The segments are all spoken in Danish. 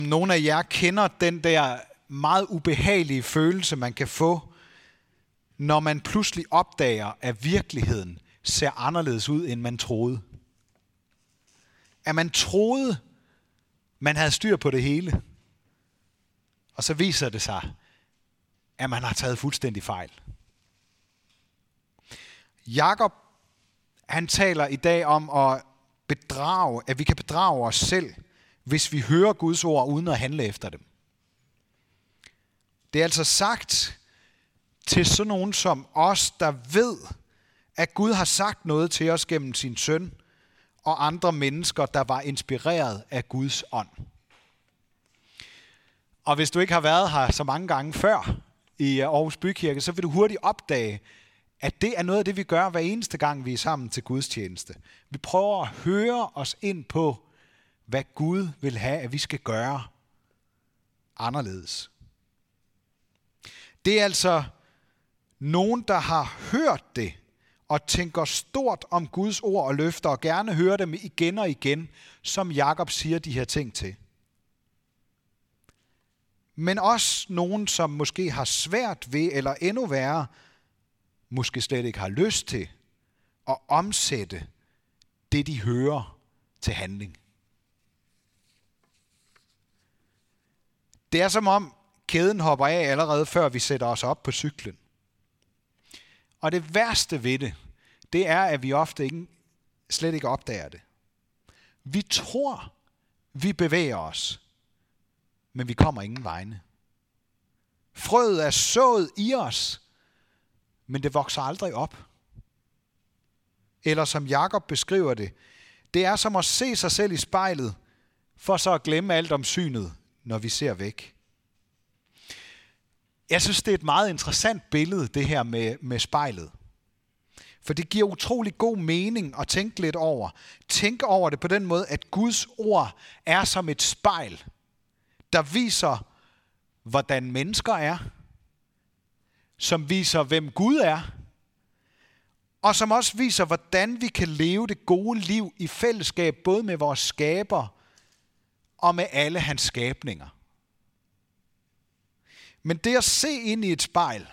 Nogle af jer kender den der meget ubehagelige følelse, man kan få, når man pludselig opdager, at virkeligheden ser anderledes ud, end man troede. At man troede, man havde styr på det hele. Og så viser det sig, at man har taget fuldstændig fejl. Jakob, han taler i dag om at vi kan bedrage os selv, hvis vi hører Guds ord uden at handle efter dem. Det er altså sagt til sådan nogen som os, der ved, at Gud har sagt noget til os gennem sin søn, og andre mennesker, der var inspireret af Guds ånd. Og hvis du ikke har været her så mange gange før i Aarhus Bykirke, så vil du hurtigt opdage, at det er noget af det, vi gør hver eneste gang, vi er sammen til gudstjeneste. Vi prøver at høre os ind på, hvad Gud vil have, at vi skal gøre anderledes. Det er altså nogen, der har hørt det, og tænker stort om Guds ord og løfter, og gerne hører dem igen og igen, som Jakob siger de her ting til. Men også nogen, som måske har svært ved, eller endnu værre, måske slet ikke har lyst til at omsætte det, de hører, til handling. Det er som om kæden hopper af allerede før vi sætter os op på cyklen. Og det værste ved det er, at vi ofte slet ikke opdager det. Vi tror, vi bevæger os, men vi kommer ingen vegne. Frøet er sået i os, men det vokser aldrig op. Eller som Jakob beskriver det, det er som at se sig selv i spejlet, for så at glemme alt om synet, når vi ser væk. Jeg synes, det er et meget interessant billede, det her med spejlet. For det giver utrolig god mening at tænke lidt over. Tænk over det på den måde, at Guds ord er som et spejl, der viser, hvordan mennesker er, som viser, hvem Gud er, og som også viser, hvordan vi kan leve det gode liv i fællesskab, både med vores skaber og med alle hans skabninger. Men det at se ind i et spejl,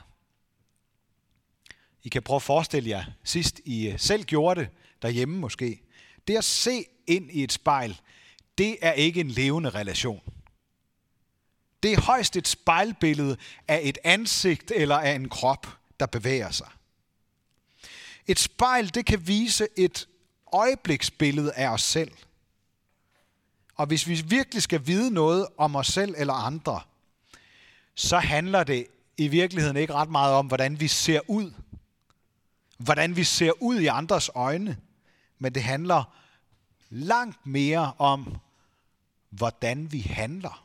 I kan prøve at forestille jer, sidst I selv gjorde det, derhjemme måske, det at se ind i et spejl, det er ikke en levende relation. Det er højst et spejlbillede af et ansigt eller af en krop, der bevæger sig. Et spejl, det kan vise et øjebliksbillede af os selv. Og hvis vi virkelig skal vide noget om os selv eller andre, så handler det i virkeligheden ikke ret meget om, hvordan vi ser ud. Hvordan vi ser ud i andres øjne. Men det handler langt mere om, hvordan vi handler.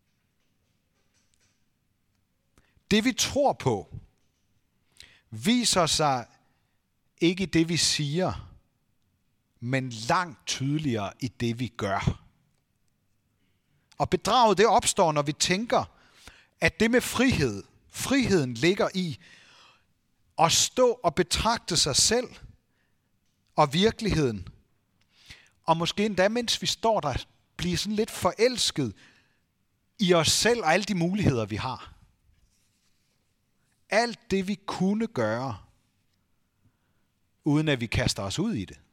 Det vi tror på, viser sig ikke i det vi siger, men langt tydeligere i det vi gør. Og bedraget det opstår, når vi tænker, at det med friheden ligger i at stå og betragte sig selv og virkeligheden. Og måske endda, mens vi står der, blive sådan lidt forelsket i os selv og alle de muligheder, vi har. Alt det, vi kunne gøre, uden at vi kaster os ud i det.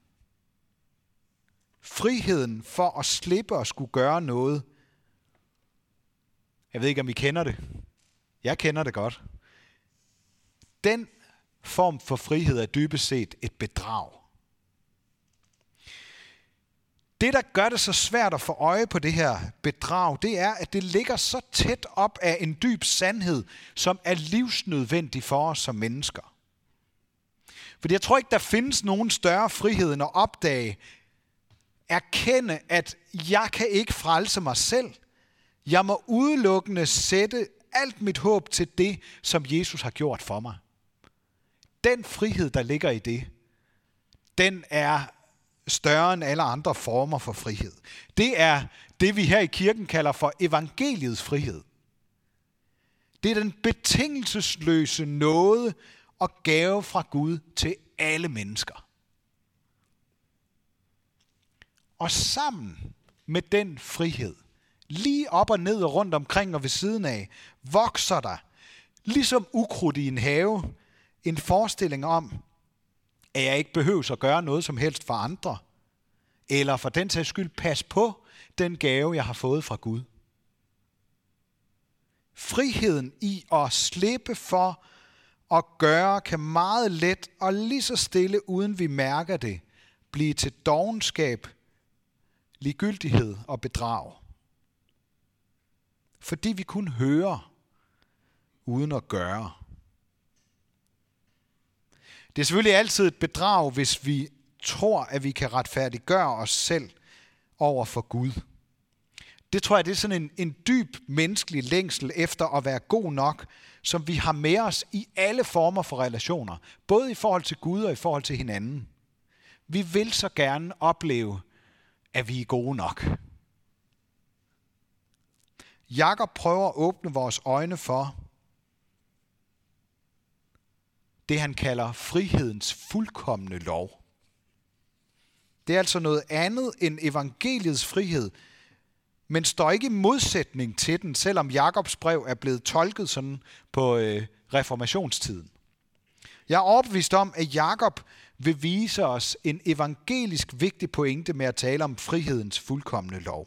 Friheden for at slippe at skulle gøre noget. Jeg ved ikke, om I kender det. Jeg kender det godt. Den form for frihed er dybest set et bedrag. Det, der gør det så svært at få øje på det her bedrag, det er, at det ligger så tæt op af en dyb sandhed, som er livsnødvendig for os som mennesker. Fordi jeg tror ikke, der findes nogen større frihed end at opdage, erkende, at jeg kan ikke frelse mig selv. Jeg må udelukkende sætte alt mit håb til det, som Jesus har gjort for mig. Den frihed, der ligger i det, den er større end alle andre former for frihed. Det er det, vi her i kirken kalder for evangeliets frihed. Det er den betingelsesløse nåde og gave fra Gud til alle mennesker. Og sammen med den frihed, lige op og ned og rundt omkring og ved siden af, vokser der, ligesom ukrudt i en have, en forestilling om, at jeg ikke behøver at gøre noget som helst for andre, eller for den sags skyld passe på den gave, jeg har fået fra Gud. Friheden i at slippe for at gøre, kan meget let og lige så stille, uden vi mærker det, blive til dovenskab, ligegyldighed og bedrag. Fordi vi kun hører, uden at gøre. Det er selvfølgelig altid et bedrag, hvis vi tror, at vi kan retfærdiggøre os selv over for Gud. Det tror jeg, det er sådan en dyb menneskelig længsel efter at være god nok, som vi har med os i alle former for relationer. Både i forhold til Gud og i forhold til hinanden. Vi vil så gerne opleve, at vi er gode nok. Jakob prøver at åbne vores øjne for det, han kalder frihedens fuldkomne lov. Det er altså noget andet end evangeliets frihed, men står ikke i modsætning til den, selvom Jakobs brev er blevet tolket sådan på reformationstiden. Jeg er overbevist om, at Jakob vil vise os en evangelisk vigtig pointe med at tale om frihedens fuldkomne lov.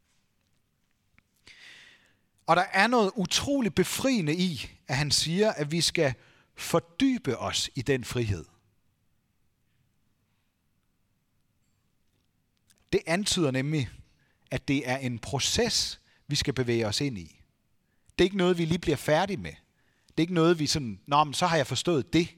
Og der er noget utroligt befriende i, at han siger, at vi skal fordybe os i den frihed. Det antyder nemlig, at det er en proces, vi skal bevæge os ind i. Det er ikke noget, vi lige bliver færdige med. Det er ikke noget, vi sådan, men så har jeg forstået det.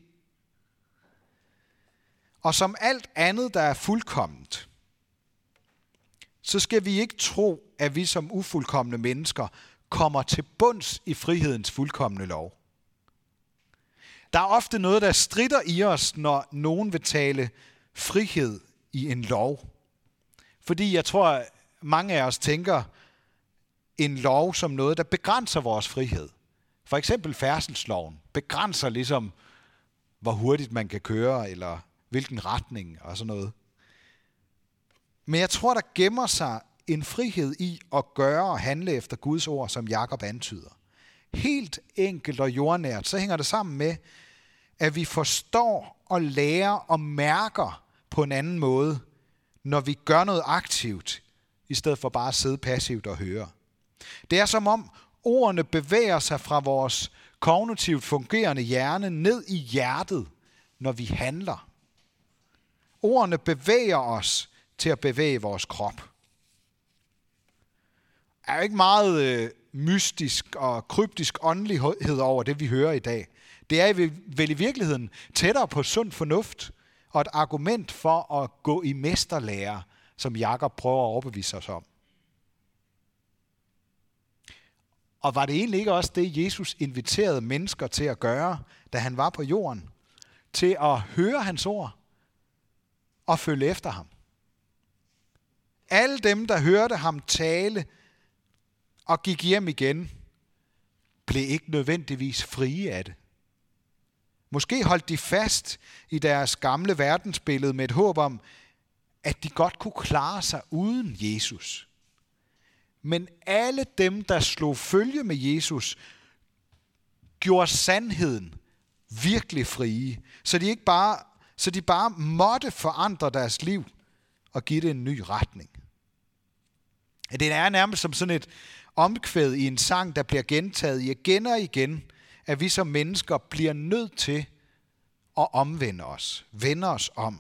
Og som alt andet, der er fuldkomment, så skal vi ikke tro, at vi som ufuldkomne mennesker kommer til bunds i frihedens fuldkomne lov. Der er ofte noget, der stritter i os, når nogen vil tale frihed i en lov. Fordi jeg tror, mange af os tænker en lov som noget, der begrænser vores frihed. For eksempel færdselsloven begrænser ligesom, hvor hurtigt man kan køre, eller hvilken retning og sådan noget. Men jeg tror, der gemmer sig en frihed i at gøre og handle efter Guds ord, som Jakob antyder. Helt enkelt og jordnært, så hænger det sammen med, at vi forstår og lærer og mærker på en anden måde, når vi gør noget aktivt, i stedet for bare at sidde passivt og høre. Det er som om ordene bevæger sig fra vores kognitivt fungerende hjerne ned i hjertet, når vi handler. Ordene bevæger os til at bevæge vores krop. Der er jo ikke meget mystisk og kryptisk åndelighed over det, vi hører i dag. Det er vel i virkeligheden tættere på sund fornuft og et argument for at gå i mesterlære, som Jakob prøver at overbevise os om. Og var det egentlig ikke også det, Jesus inviterede mennesker til at gøre, da han var på jorden? Til at høre hans ord og følge efter ham. Alle dem, der hørte ham tale og gik hjem igen, blev ikke nødvendigvis frie af det. Måske holdt de fast i deres gamle verdensbillede med et håb om, at de godt kunne klare sig uden Jesus. Men alle dem, der slog følge med Jesus, gjorde sandheden virkelig frie, så de bare måtte forandre deres liv og give det en ny retning. Det er nærmest som sådan et omkvæd i en sang, der bliver gentaget igen og igen, at vi som mennesker bliver nødt til at omvende os, vende os om.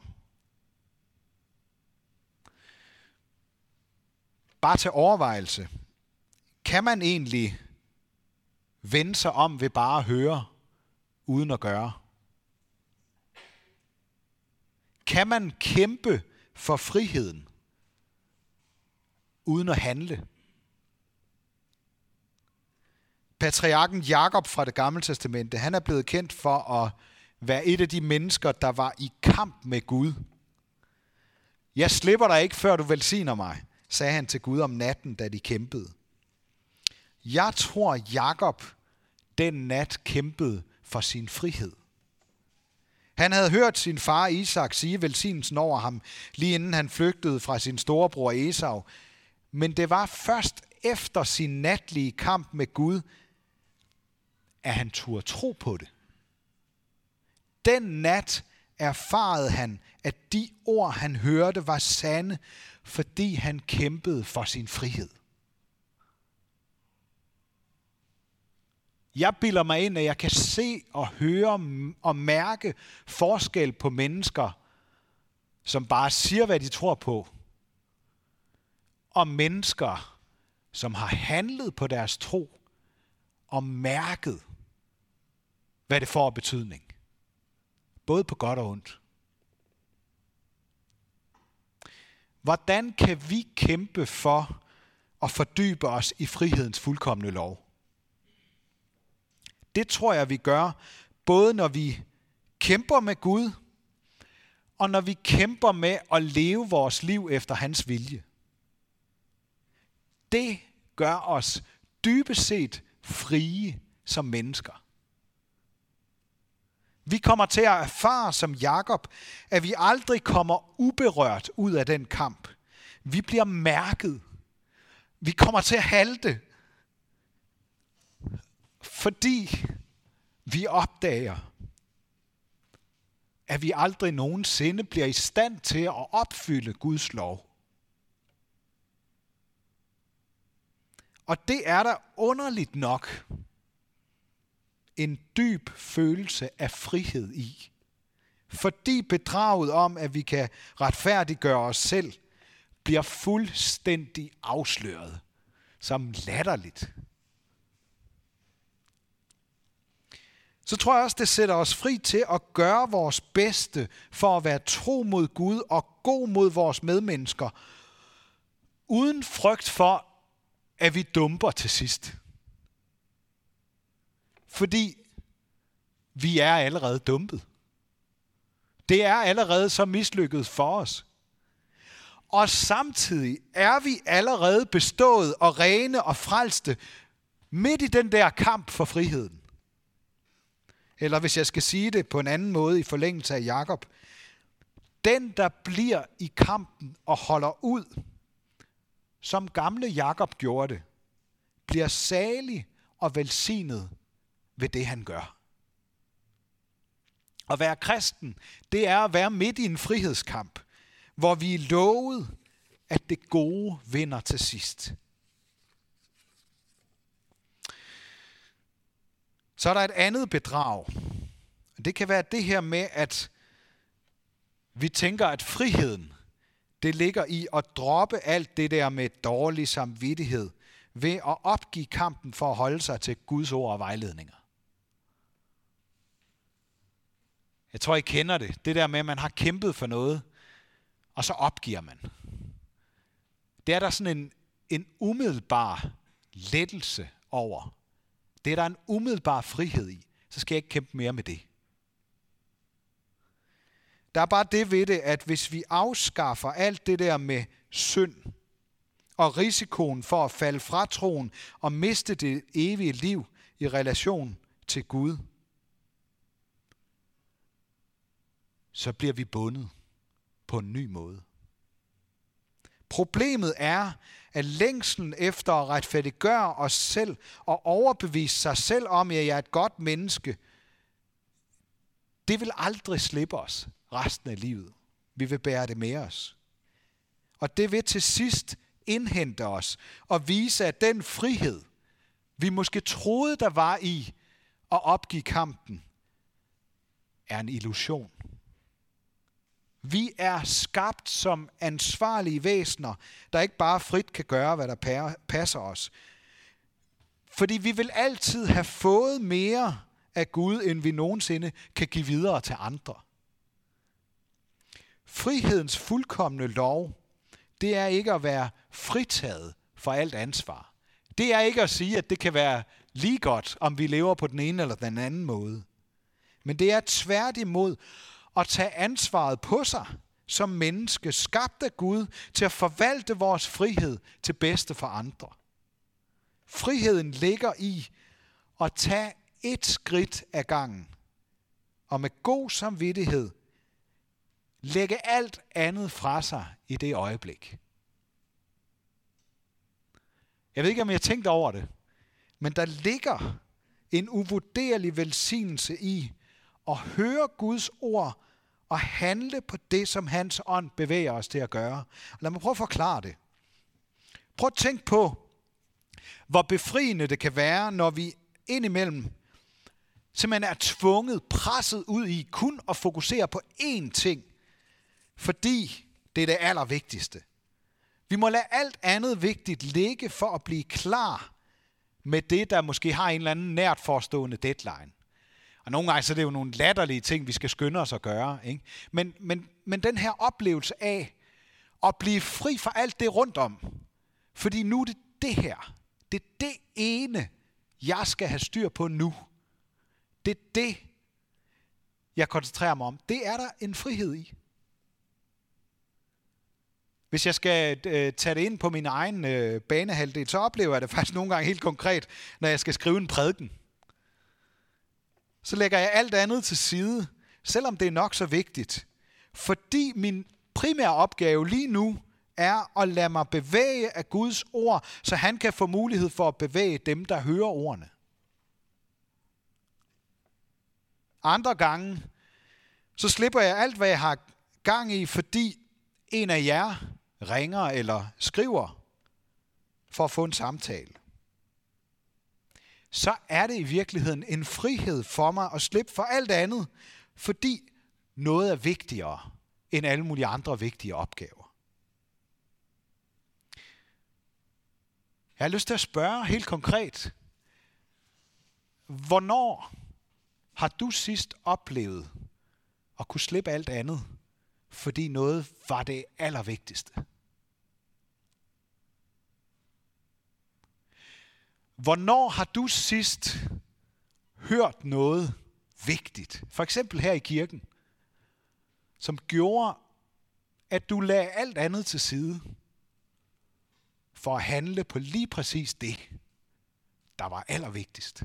Bare til overvejelse. Kan man egentlig vende sig om ved bare at høre, uden at gøre? Kan man kæmpe for friheden, uden at handle? Patriarken Jakob fra Det Gamle Testamente, han er blevet kendt for at være et af de mennesker, der var i kamp med Gud. Jeg slipper dig ikke, før du velsigner mig, sagde han til Gud om natten, da de kæmpede. Jeg tror, Jakob den nat kæmpede for sin frihed. Han havde hørt sin far Isak sige velsignelsen over ham, lige inden han flygtede fra sin storebror Esau. Men det var først efter sin natlige kamp med Gud, at han turde tro på det. Den nat erfarede han, at de ord, han hørte, var sande, fordi han kæmpede for sin frihed. Jeg bilder mig ind, at jeg kan se og høre og mærke forskel på mennesker, som bare siger, hvad de tror på, og mennesker, som har handlet på deres tro og mærket, hvad det får af betydning. Både på godt og ondt. Hvordan kan vi kæmpe for at fordybe os i frihedens fuldkomne lov? Det tror jeg, vi gør, både når vi kæmper med Gud, og når vi kæmper med at leve vores liv efter hans vilje. Det gør os dybest set frie som mennesker. Vi kommer til at erfare som Jakob, at vi aldrig kommer uberørt ud af den kamp. Vi bliver mærket. Vi kommer til at halte, fordi vi opdager, at vi aldrig nogensinde bliver i stand til at opfylde Guds lov. Og det er der underligt nok en dyb følelse af frihed i. Fordi bedraget om, at vi kan retfærdiggøre os selv, bliver fuldstændig afsløret som latterligt. Så tror jeg også, det sætter os fri til at gøre vores bedste for at være tro mod Gud og god mod vores medmennesker, uden frygt for, at vi dumper til sidst. Fordi vi er allerede dumpet. Det er allerede så mislykket for os. Og samtidig er vi allerede bestået og rene og frelste midt i den der kamp for friheden. Eller hvis jeg skal sige det på en anden måde i forlængelse af Jakob. Den, der bliver i kampen og holder ud, som gamle Jakob gjorde det, bliver salig og velsignet ved det, han gør. At være kristen, det er at være midt i en frihedskamp, hvor vi er lovet, at det gode vinder til sidst. Så er der et andet bedrag. Det kan være det her med, at vi tænker, at friheden, det ligger i at droppe alt det der med dårlig samvittighed, ved at opgive kampen for at holde sig til Guds ord og vejledninger. Jeg tror, I kender det. Det der med, at man har kæmpet for noget, og så opgiver man. Det er der sådan en umiddelbar lettelse over. Det er der en umiddelbar frihed i. Så skal jeg ikke kæmpe mere med det. Der er bare det ved det, at hvis vi afskaffer alt det der med synd, og risikoen for at falde fra troen og miste det evige liv i relation til Gud, så bliver vi bundet på en ny måde. Problemet er, at længslen efter at retfærdiggøre os selv og overbevise sig selv om, at jeg er et godt menneske, det vil aldrig slippe os resten af livet. Vi vil bære det med os. Og det vil til sidst indhente os og vise, at den frihed, vi måske troede, der var i at opgive kampen, er en illusion. Vi er skabt som ansvarlige væsener, der ikke bare frit kan gøre, hvad der passer os. Fordi vi vil altid have fået mere af Gud, end vi nogensinde kan give videre til andre. Frihedens fuldkomne lov, det er ikke at være fritaget for alt ansvar. Det er ikke at sige, at det kan være lige godt, om vi lever på den ene eller den anden måde. Men det er tværtimod at tage ansvaret på sig som menneske, skabt af Gud, til at forvalte vores frihed til bedste for andre. Friheden ligger i at tage et skridt ad gangen, og med god samvittighed lægge alt andet fra sig i det øjeblik. Jeg ved ikke, om jeg tænkte over det, men der ligger en uvurderlig velsignelse i at høre Guds ord og handle på det, som hans ånd bevæger os til at gøre. Lad mig prøve at forklare det. Prøv at tænke på, hvor befriende det kan være, når vi indimellem simpelthen er tvunget, presset ud i kun at fokusere på én ting, fordi det er det allervigtigste. Vi må lade alt andet vigtigt ligge for at blive klar med det, der måske har en eller anden nært forestående deadline. Og nogle gange så er det jo nogle latterlige ting, vi skal skynde os at gøre. Ikke? Men den her oplevelse af at blive fri fra alt det rundt om, fordi nu er det det her. Det er det ene, jeg skal have styr på nu. Det er det, jeg koncentrerer mig om. Det er der en frihed i. Hvis jeg skal tage det ind på min egen banehalvdel, så oplever jeg det faktisk nogle gange helt konkret, når jeg skal skrive en prædiken. Så lægger jeg alt andet til side, selvom det er nok så vigtigt. Fordi min primære opgave lige nu er at lade mig bevæge af Guds ord, så han kan få mulighed for at bevæge dem, der hører ordene. Andre gange, så slipper jeg alt, hvad jeg har gang i, fordi en af jer ringer eller skriver for at få en samtale. Så er det i virkeligheden en frihed for mig at slippe for alt andet, fordi noget er vigtigere end alle mulige andre vigtige opgaver. Jeg har lyst til at spørge helt konkret, hvornår har du sidst oplevet at kunne slippe alt andet, fordi noget var det allervigtigste? Hvornår har du sidst hørt noget vigtigt, for eksempel her i kirken, som gjorde, at du lagde alt andet til side for at handle på lige præcis det, der var allervigtigst?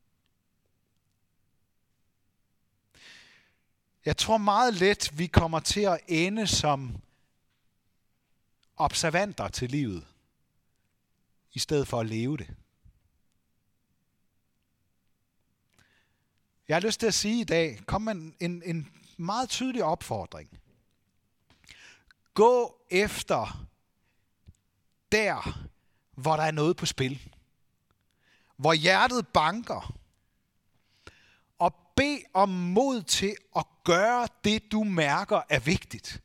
Jeg tror meget let, vi kommer til at ende som observanter til livet, i stedet for at leve det. Jeg har lyst til at sige i dag, kom med en meget tydelig opfordring. Gå efter der, hvor der er noget på spil. Hvor hjertet banker. Og bed om mod til at gøre det, du mærker er vigtigt.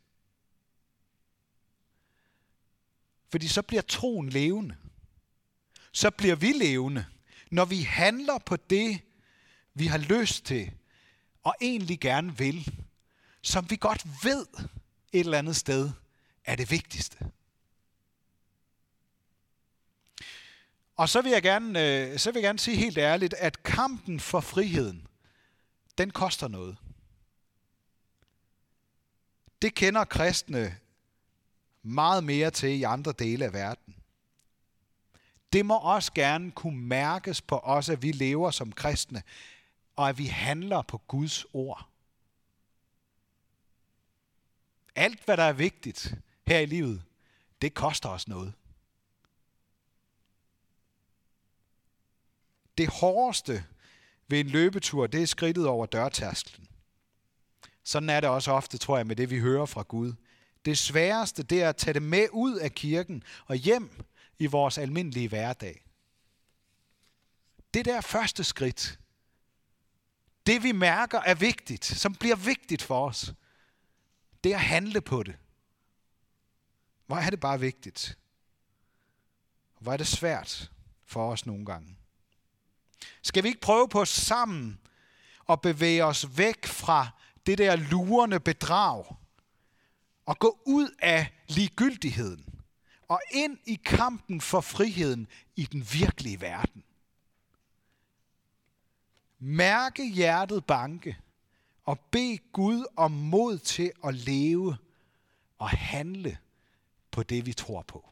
Fordi så bliver troen levende. Så bliver vi levende, når vi handler på det, vi har lyst til, og egentlig gerne vil, som vi godt ved et eller andet sted er det vigtigste. Og så vil jeg gerne sige helt ærligt, at kampen for friheden, den koster noget. Det kender kristne meget mere til i andre dele af verden. Det må også gerne kunne mærkes på os, at vi lever som kristne, og at vi handler på Guds ord. Alt, hvad der er vigtigt her i livet, det koster os noget. Det hårdeste ved en løbetur, det er skridtet over dørtærsklen. Sådan er det også ofte, tror jeg, med det vi hører fra Gud. Det sværeste, det er at tage det med ud af kirken og hjem i vores almindelige hverdag. Det der første skridt, det vi mærker er vigtigt, som bliver vigtigt for os, det er at handle på det. Hvor er det bare vigtigt? Hvor er det svært for os nogle gange? Skal vi ikke prøve på sammen at bevæge os væk fra det der lurende bedrag og gå ud af ligegyldigheden og ind i kampen for friheden i den virkelige verden? Mærke hjertet banke og bed Gud om mod til at leve og handle på det, vi tror på.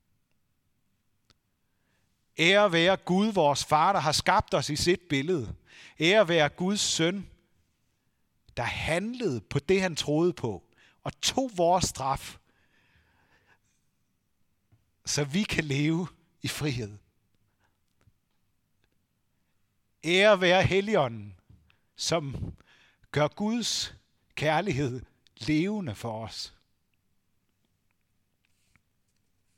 Ære være Gud, vores far, der har skabt os i sit billede. Ære være Guds søn, der handlede på det, han troede på, og tog vores straf, så vi kan leve i frihed. Ære være Helligånden, som gør Guds kærlighed levende for os.